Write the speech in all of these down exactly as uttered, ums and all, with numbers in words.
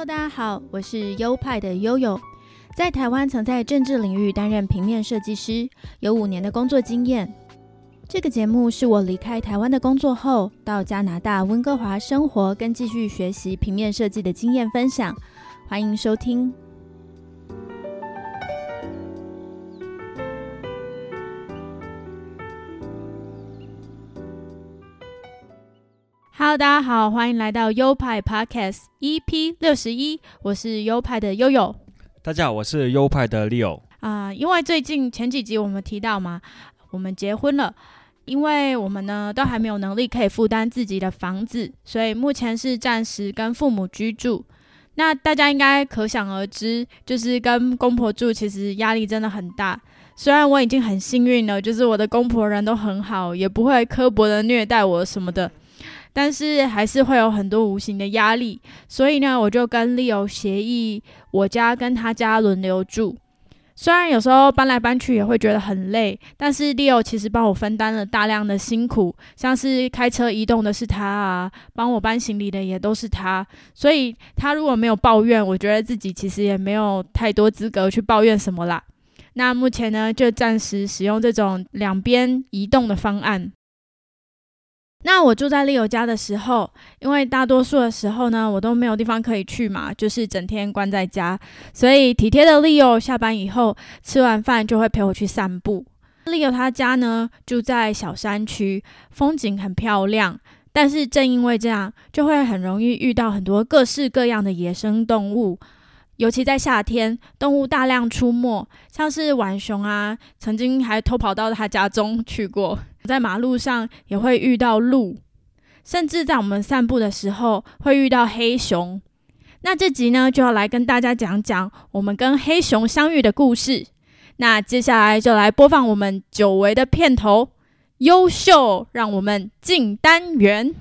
Hello， 大家好，我是优派的悠悠，在台湾曾在政治领域担任平面设计师，有五年的工作经验。这个节目是我离开台湾的工作后，到加拿大温哥华生活跟继续学习平面设计的经验分享，欢迎收听。Hello， 大家好，欢迎来到优派 Podcast E P 六十一，我是优派的悠悠。 大家好，我是优派的 Leo。 啊、呃，因为最近前几集我们提到嘛，我们结婚了，因为我们呢都还没有能力可以负担自己的房子，所以目前是暂时跟父母居住。那大家应该可想而知，就是跟公婆住，其实压力真的很大。虽然我已经很幸运了，就是我的公婆人都很好，也不会刻薄的虐待我什么的。但是还是会有很多无形的压力，所以呢，我就跟 Leo 协议，我家跟他家轮流住。虽然有时候搬来搬去也会觉得很累，但是 Leo 其实帮我分担了大量的辛苦，像是开车移动的是他啊，帮我搬行李的也都是他。所以他如果没有抱怨，我觉得自己其实也没有太多资格去抱怨什么啦。那目前呢，就暂时使用这种两边移动的方案。那我住在 Leo 家的时候，因为大多数的时候呢，我都没有地方可以去嘛，就是整天关在家，所以体贴的 Leo 下班以后吃完饭就会陪我去散步。Leo 他家呢住在小山区，风景很漂亮，但是正因为这样，就会很容易遇到很多各式各样的野生动物。尤其在夏天，动物大量出没，像是浣熊啊，曾经还偷跑到他家中去过。在马路上也会遇到鹿，甚至在我们散步的时候会遇到黑熊。那这集呢，就要来跟大家讲讲我们跟黑熊相遇的故事。那接下来就来播放我们久违的片头，优秀，让我们进单元。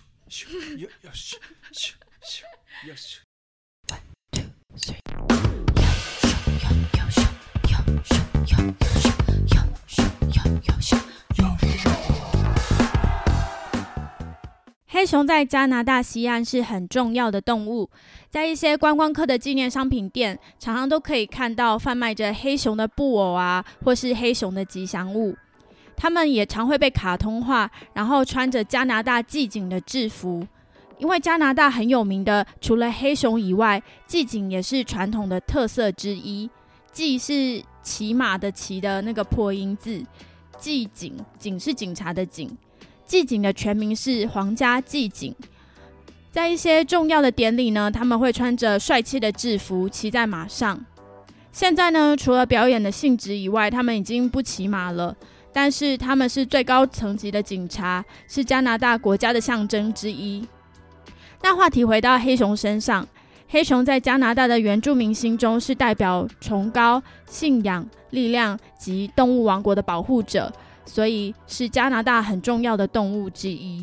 黑熊在加拿大西岸是很重要的动物，在一些观光客的纪念商品店，常常都可以看到贩卖着黑熊的布偶啊，或是黑熊的吉祥物。他们也常会被卡通化，然后穿着加拿大骑警的制服。因为加拿大很有名的，除了黑熊以外，骑警也是传统的特色之一。骑是骑马的骑的那个破音字，骑警，警是警察的警。骑警的全名是皇家骑警。在一些重要的典礼呢，他们会穿着帅气的制服骑在马上。现在呢，除了表演的性质以外，他们已经不骑马了，但是他们是最高层级的警察，是加拿大国家的象征之一。那话题回到黑熊身上，黑熊在加拿大的原住民心中是代表崇高、信仰、力量及动物王国的保护者，所以是加拿大很重要的动物之一。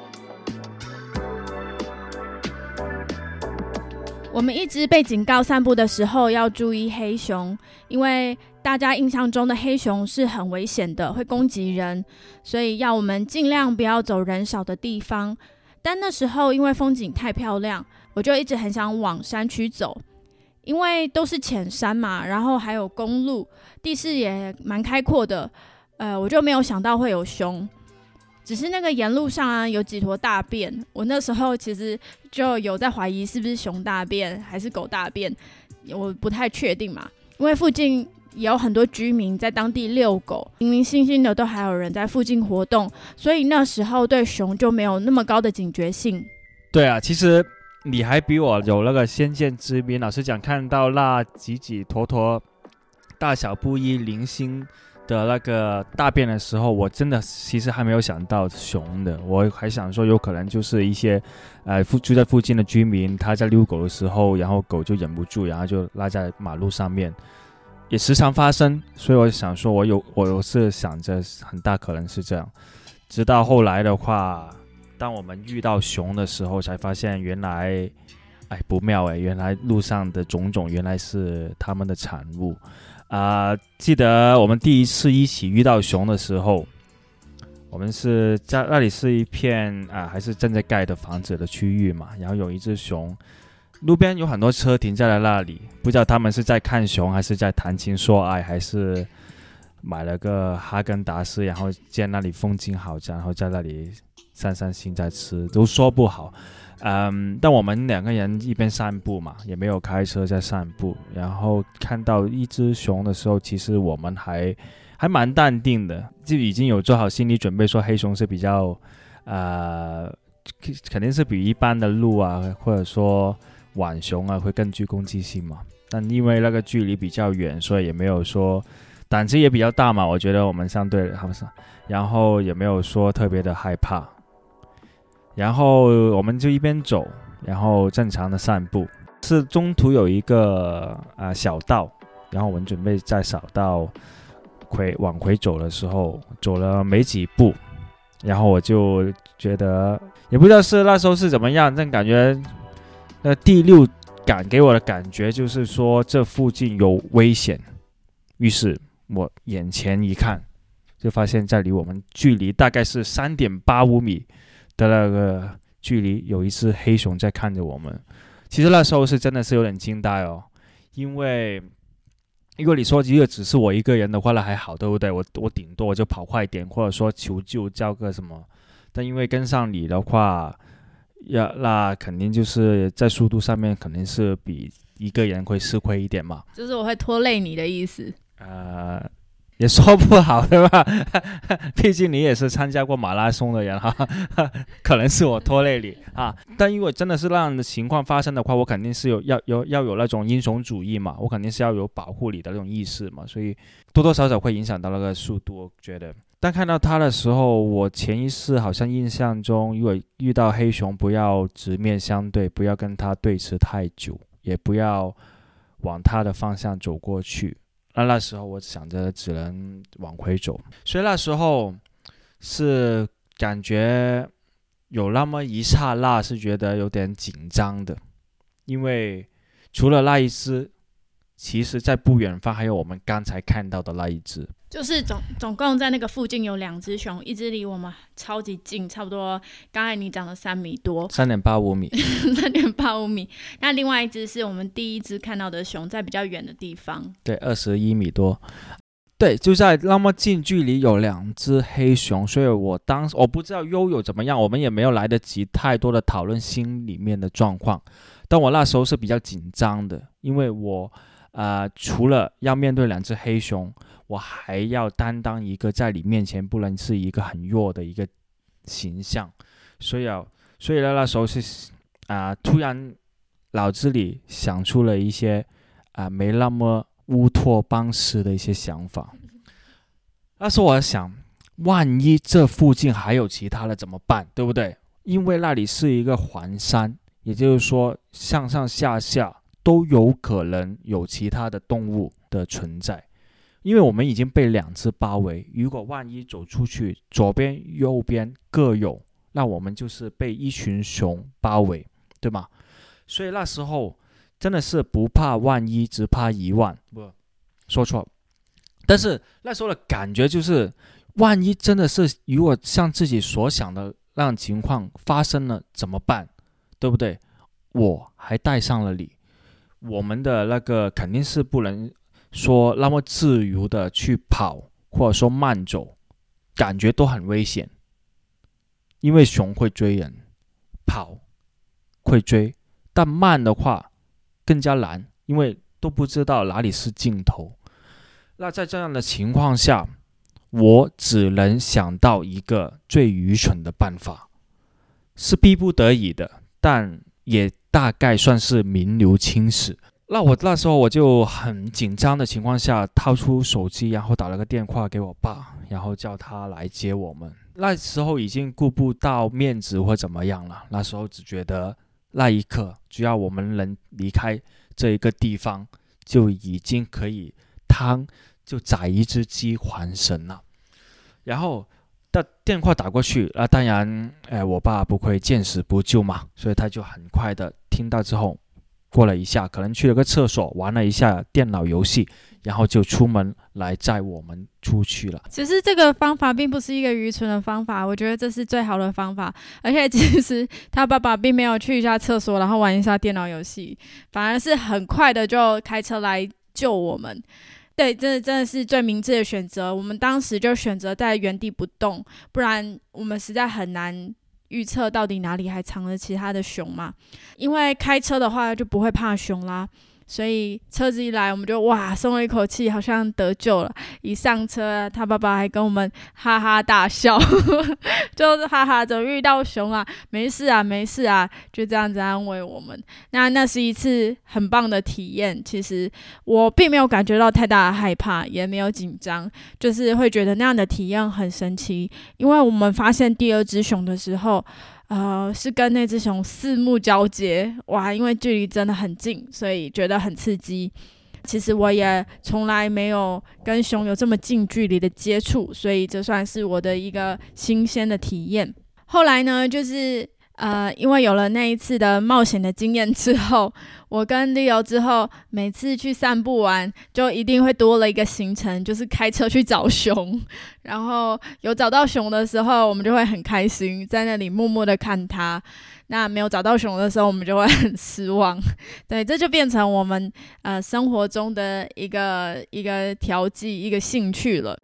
我们一直被警告散步的时候要注意黑熊，因为大家印象中的黑熊是很危险的，会攻击人，所以要我们尽量不要走人少的地方。但那时候因为风景太漂亮，我就一直很想往山区走，因为都是浅山嘛，然后还有公路，地势也蛮开阔的。呃，我就没有想到会有熊，只是那个沿路上啊有几坨大便，我那时候其实就有在怀疑是不是熊大便还是狗大便，我不太确定嘛，因为附近也有很多居民在当地遛狗，零零星星的都还有人在附近活动，所以那时候对熊就没有那么高的警觉性。 对啊，其实你还比我有那个先见之明。老实讲，看到那几几坨坨大小不一、零星的那个大便的时候，我真的其实还没有想到熊的，我还想说有可能就是一些呃住在附近的居民，他在遛狗的时候，然后狗就忍不住，然后就拉在马路上面，也时常发生。所以我想说我有我是想着很大可能是这样，直到后来的话，当我们遇到熊的时候，才发现原来哎不妙哎，原来路上的种种原来是他们的产物。啊、呃，记得我们第一次一起遇到熊的时候，我们是在那里是一片啊、呃、还是正在盖的房子的区域嘛，然后有一只熊路边有很多车停在了那里，不知道他们是在看熊，还是在谈情说爱，还是买了个哈根达斯，然后见那里风景好，然后在那里散散心在吃，都说不好。嗯，但我们两个人一边散步嘛，也没有开车在散步，然后看到一只熊的时候，其实我们还还蛮淡定的，就已经有做好心理准备，说黑熊是比较呃，肯定是比一般的鹿啊，或者说浣熊啊会更具攻击性嘛。但因为那个距离比较远，所以也没有说胆子也比较大嘛，我觉得我们相对他们是，然后也没有说特别的害怕。然后我们就一边走，然后正常的散步，是中途有一个、呃、小道，然后我们准备在小道回往回走的时候，走了没几步，然后我就觉得也不知道是那时候是怎么样，但感觉那第六感给我的感觉就是说这附近有危险，于是我眼前一看，就发现在离我们距离大概是 三点八五米的那个距离有一只黑熊在看着我们。其实那时候是真的是有点惊呆哦，因为如果你说如果只是我一个人的话那还好，对不对？我我顶多我就跑快点，或者说求救叫个什么，但因为跟上你的话要那肯定就是在速度上面肯定是比一个人会吃亏一点嘛， 就是我会拖累你的意思。 呃也说不好，对吧？毕竟你也是参加过马拉松的人哈，可能是我拖累你啊。但如果真的是那样的情况发生的话，我肯定是有要有要有那种英雄主义嘛，我肯定是要有保护你的那种意识嘛，所以多多少少会影响到那个速度，我觉得。但看到他的时候，我潜意识好像印象中，如果遇到黑熊，不要直面相对，不要跟他对峙太久，也不要往他的方向走过去。那那时候我想着只能往回走，所以那时候是感觉有那么一刹那是觉得有点紧张的，因为除了那一只，其实在不远方还有我们刚才看到的那一只， 就是总总共在那个附近有两只熊，一只离我们超级近，差不多刚才你讲的三米多， 三点八五米， 三点八五米。那另外一只是我们第一只看到的熊，在比较远的地方， 对，二十一米多。对，就在那么近距离有两只黑熊，所以我当时我不知道悠悠怎么样，我们也没有来得及太多的讨论心里面的状况。但我那时候是比较紧张的，因为我呃除了要面对两只黑熊，我还要担当一个在你面前不能是一个很弱的一个形象，所以啊，所以呢那时候是啊、呃，突然脑子里想出了一些啊、呃、没那么乌托邦式的一些想法。那时候我想，万一这附近还有其他的怎么办，对不对？因为那里是一个环山，也就是说上上下下都有可能有其他的动物的存在。因为我们已经被两只包围，如果万一走出去，左边右边各有，那我们就是被一群熊包围，对吗？所以那时候真的是不怕万一，只怕一万，不说错。但是那时候的感觉就是，万一真的是如果像自己所想的那种情况发生了怎么办，对不对？我还带上了你，我们的那个肯定是不能说那么自由的去跑，或者说慢走，感觉都很危险，因为熊会追人，跑会追，但慢的话更加难，因为都不知道哪里是尽头。那在这样的情况下，我只能想到一个最愚蠢的办法，是逼不得已的，但也大概算是名留青史。那我那时候我就很紧张的情况下掏出手机，然后打了个电话给我爸，然后叫他来接我们。那时候已经顾不到面子或怎么样了，那时候只觉得那一刻只要我们能离开这一个地方，就已经可以汤就宰一只鸡还神了。然后的电话打过去，那当然、呃、我爸不会见死不救嘛，所以他就很快的听到之后过了一下，可能去了个厕所，玩了一下电脑游戏，然后就出门来载我们出去了。 其实这个方法并不是一个愚蠢的方法，我觉得这是最好的方法。而且其实他爸爸并没有去一下厕所，然后玩一下电脑游戏，反而是很快的就开车来救我们。对，这真的是最明智的选择。我们当时就选择在原地不动，不然我们实在很难预测到底哪里还藏了其他的熊嘛。因为开车的话就不会怕熊啦，所以车子一来我们就哇松了一口气，好像得救了。一上车他爸爸还跟我们哈哈大笑就是哈哈怎么遇到熊啊，没事啊没事啊，就这样子安慰我们。那那是一次很棒的体验，其实我并没有感觉到太大的害怕，也没有紧张，就是会觉得那样的体验很神奇。因为我们发现第二只熊的时候呃，是跟那只熊四目交接，哇！因为距离真的很近，所以觉得很刺激。其实我也从来没有跟熊有这么近距离的接触，所以这算是我的一个新鲜的体验。后来呢，就是呃，因为有了那一次的冒险的经验之后，我跟 Leo 之后每次去散步玩就一定会多了一个行程，就是开车去找熊。然后有找到熊的时候我们就会很开心，在那里默默的看它。那没有找到熊的时候我们就会很失望。对，这就变成我们呃生活中的一个一个调剂，一个兴趣了。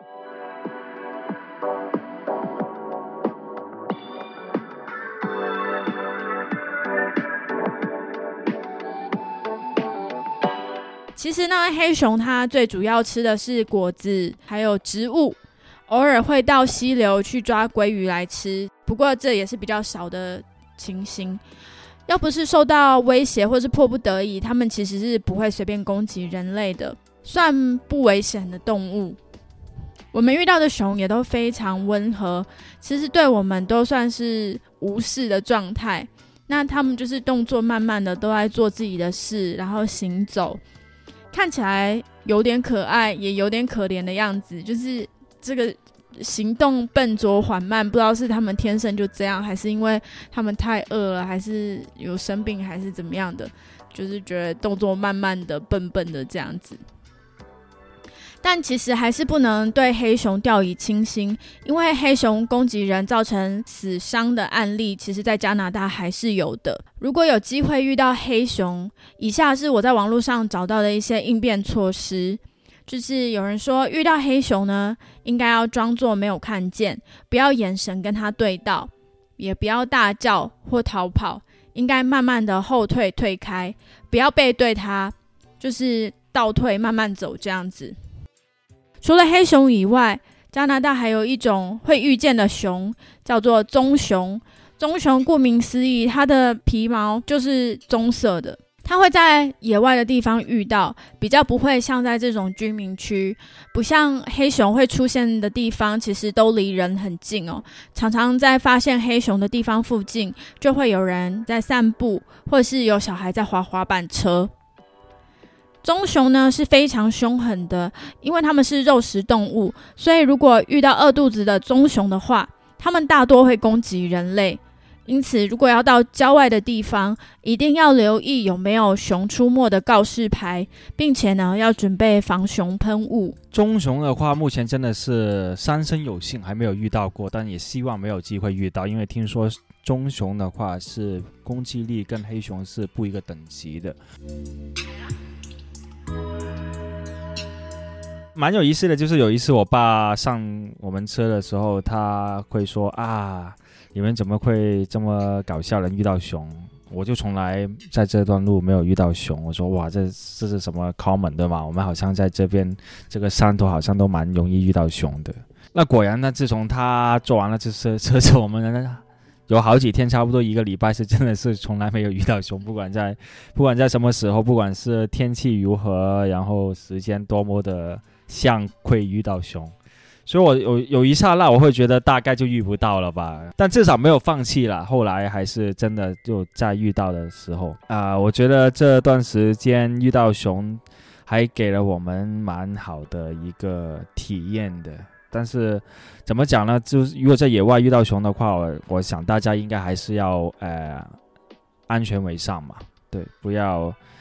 其实呢，黑熊它最主要吃的是果子还有植物，偶尔会到溪流去抓鲑鱼来吃，不过这也是比较少的情形。要不是受到威胁或是迫不得已，它们其实是不会随便攻击人类的，算不危险的动物。我们遇到的熊也都非常温和，其实对我们都算是无视的状态。那它们就是动作慢慢的都在做自己的事，然后行走，看起来有点可爱也有点可怜的样子，就是这个行动笨拙缓慢，不知道是他们天生就这样，还是因为他们太饿了，还是有生病，还是怎么样的，就是觉得动作慢慢的笨笨的这样子。但其实还是不能对黑熊掉以轻心，因为黑熊攻击人造成死伤的案例，其实在加拿大还是有的。如果有机会遇到黑熊，以下是我在网络上找到的一些应变措施。就是有人说遇到黑熊呢，应该要装作没有看见，不要眼神跟它对到，也不要大叫或逃跑，应该慢慢的后退退开，不要背对它，就是倒退慢慢走这样子。除了黑熊以外，加拿大还有一种会遇见的熊，叫做棕熊。棕熊顾名思义，它的皮毛就是棕色的，它会在野外的地方遇到，比较不会像在这种居民区，不像黑熊会出现的地方其实都离人很近哦。常常在发现黑熊的地方附近，就会有人在散步，或是有小孩在滑滑板车。棕熊呢是非常凶狠的，因为它们是肉食动物，所以如果遇到饿肚子的棕熊的话，它们大多会攻击人类。因此如果要到郊外的地方，一定要留意有没有熊出没的告示牌，并且呢要准备防熊喷雾。 棕熊的话目前真的是三生有幸还没有遇到过，但也希望没有机会遇到，因为听说棕熊的话是攻击力跟黑熊是不一个等级的。蛮有意思的，就是有一次我爸上我们车的时候，他会说啊，你们怎么会这么搞笑，人遇到熊？我就从来在这段路没有遇到熊。我说哇，这这是什么 common 的嘛？我们好像在这边这个山头好像都蛮容易遇到熊的。那果然呢，自从他做完了这车车子，我们有好几天，差不多一个礼拜是真的是从来没有遇到熊，不管在不管在什么时候，不管是天气如何，然后时间多么的像会遇到熊，所以我有有一刹那我会觉得大概就遇不到了吧，但至少没有放弃了。后来还是真的就在遇到的时候啊、呃，我觉得这段时间遇到熊还给了我们蛮好的一个体验的。但是怎么讲呢，就是如果在野外遇到熊的话，我我想大家应该还是要呃安全为上嘛，对，不要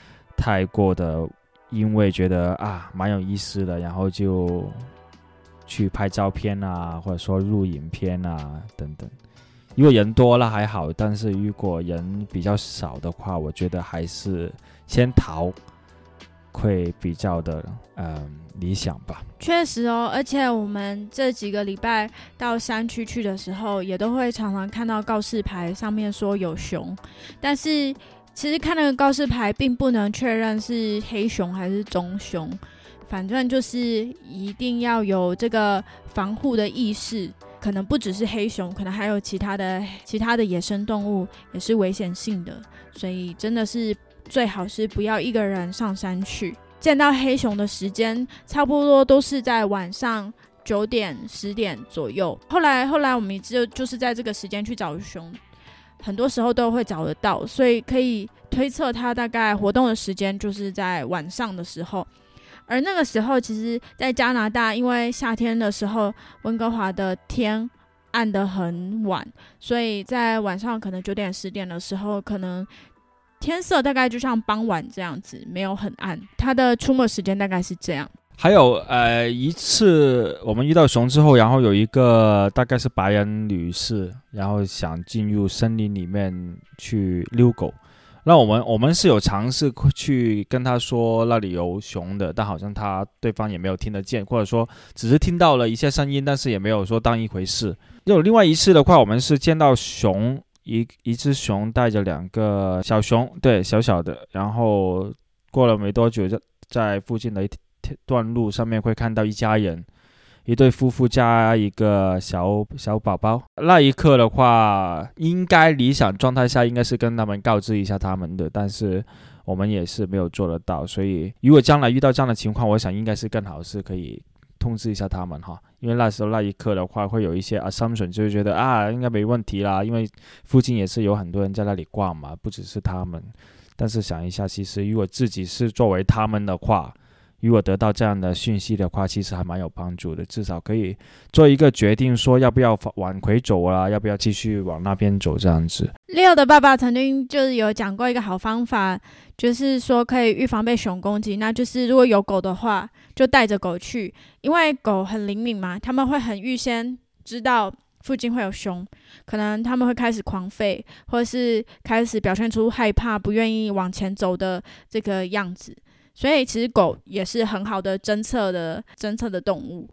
太过的因为觉得啊蛮有意思的，然后就去拍照片啊，或者说录影片啊等等。如果人多了还好，但是如果人比较少的话，我觉得还是先逃会比较的嗯理想吧。 确实哦，而且我们这几个礼拜到山区去的时候，也都会常常看到告示牌上面说有熊，但是其实看那个告示牌并不能确认是黑熊还是棕熊，反正就是一定要有这个防护的意识。可能不只是黑熊，可能还有其他的其他的野生动物也是危险性的，所以真的是最好是不要一个人上山去。见到黑熊的时间差不多都是在晚上九点十点左右。后来后来我们就就是在这个时间去找熊，很多时候都会找得到，所以可以推测它大概活动的时间就是在晚上的时候。而那个时候其实在加拿大，因为夏天的时候温哥华的天暗得很晚，所以在晚上可能九点十点的时候，可能天色大概就像傍晚这样子，没有很暗，它的出没时间大概是这样。 还有呃一次我们遇到熊之后，然后有一个大概是白人女士，然后想进入森林里面去遛狗，那我们我们是有尝试去跟他说那里有熊的，但好像他对方也没有听得见，或者说只是听到了一些声音，但是也没有说当一回事。有另外一次的话，我们是见到熊，一一只熊带着两个小熊，对，小小的，然后过了没多久，在附近的一段路上面会看到一家人，一对夫妇加一个小小宝宝。那一刻的话，应该理想状态下应该是跟他们告知一下他们的，但是我们也是没有做得到。所以如果将来遇到这样的情况，我想应该是更好是可以通知一下他们哈，因为那时候那一刻的话会有一些 assumption， 就是觉得啊应该没问题啦，因为附近也是有很多人在那里逛嘛，不只是他们。但是想一下，其实如果自己是作为他们的话，如果得到这样的讯息的话，其实还蛮有帮助的，至少可以做一个决定，说要不要往回走啦，要不要继续往那边走这样子。 Leo 的爸爸曾经就是有讲过一个好方法，就是说可以预防被熊攻击，那就是如果有狗的话，就带着狗去，因为狗很灵敏嘛，他们会很预先知道附近会有熊，可能他们会开始狂吠，或者是开始表现出害怕不愿意往前走的这个样子，所以其实狗也是很好的侦测的侦测的动物。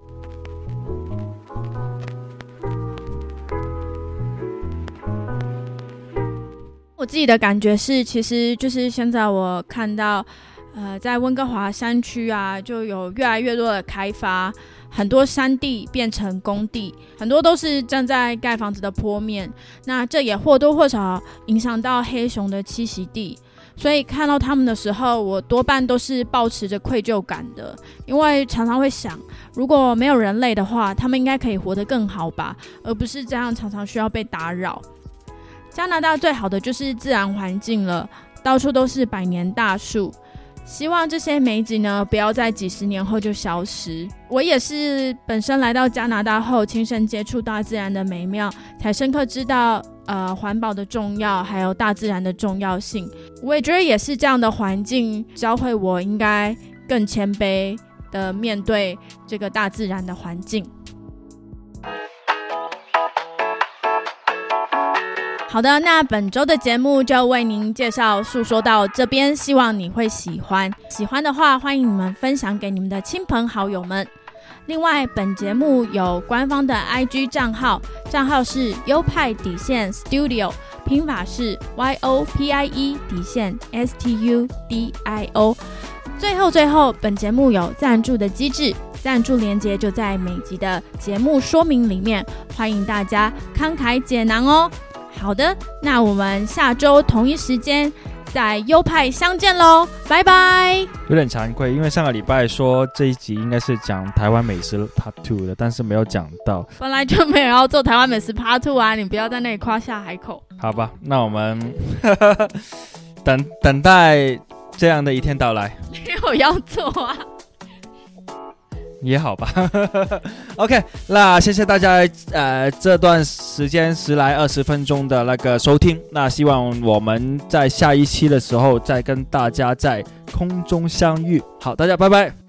我自己的感觉是，其实就是现在我看到呃，在温哥华山区啊，就有越来越多的开发，很多山地变成工地，很多都是正在盖房子的坡面，那这也或多或少影响到黑熊的栖息地。所以看到他们的时候，我多半都是抱持着愧疚感的，因为常常会想，如果没有人类的话，他们应该可以活得更好吧，而不是这样常常需要被打扰。加拿大最好的就是自然环境了，到处都是百年大树，希望这些美景呢，不要在几十年后就消失。我也是本身来到加拿大后，亲身接触大自然的美妙，才深刻知道呃环保的重要，还有大自然的重要性。我也觉得也是这样的环境教会我应该更谦卑的面对这个大自然的环境。好的，那本周的节目就为您介绍述说到这边，希望你会喜欢。喜欢的话，欢迎你们分享给你们的亲朋好友们。另外，本节目有官方的 I G 账号，账号是优派底线 Studio， 拼法是 Y O P I E 底线 S T U D I O。最后最后，本节目有赞助的机制，赞助连结就在每集的节目说明里面，欢迎大家慷慨解囊哦。好的，那我们下周同一时间在优派相见咯，拜拜。 有点惭愧，因为上个礼拜说这一集应该是讲台湾美食 Part 二 的，但是没有讲到。 本来就没有要做台湾美食 Part 二 啊，你不要在那里夸下海口。 好吧，那我们等等待这样的一天到来。 没有要做啊。 也好吧。OK， 那谢谢大家呃这段时间十来二十分钟的那个收听，那希望我们在下一期的时候再跟大家在空中相遇。好，大家拜拜。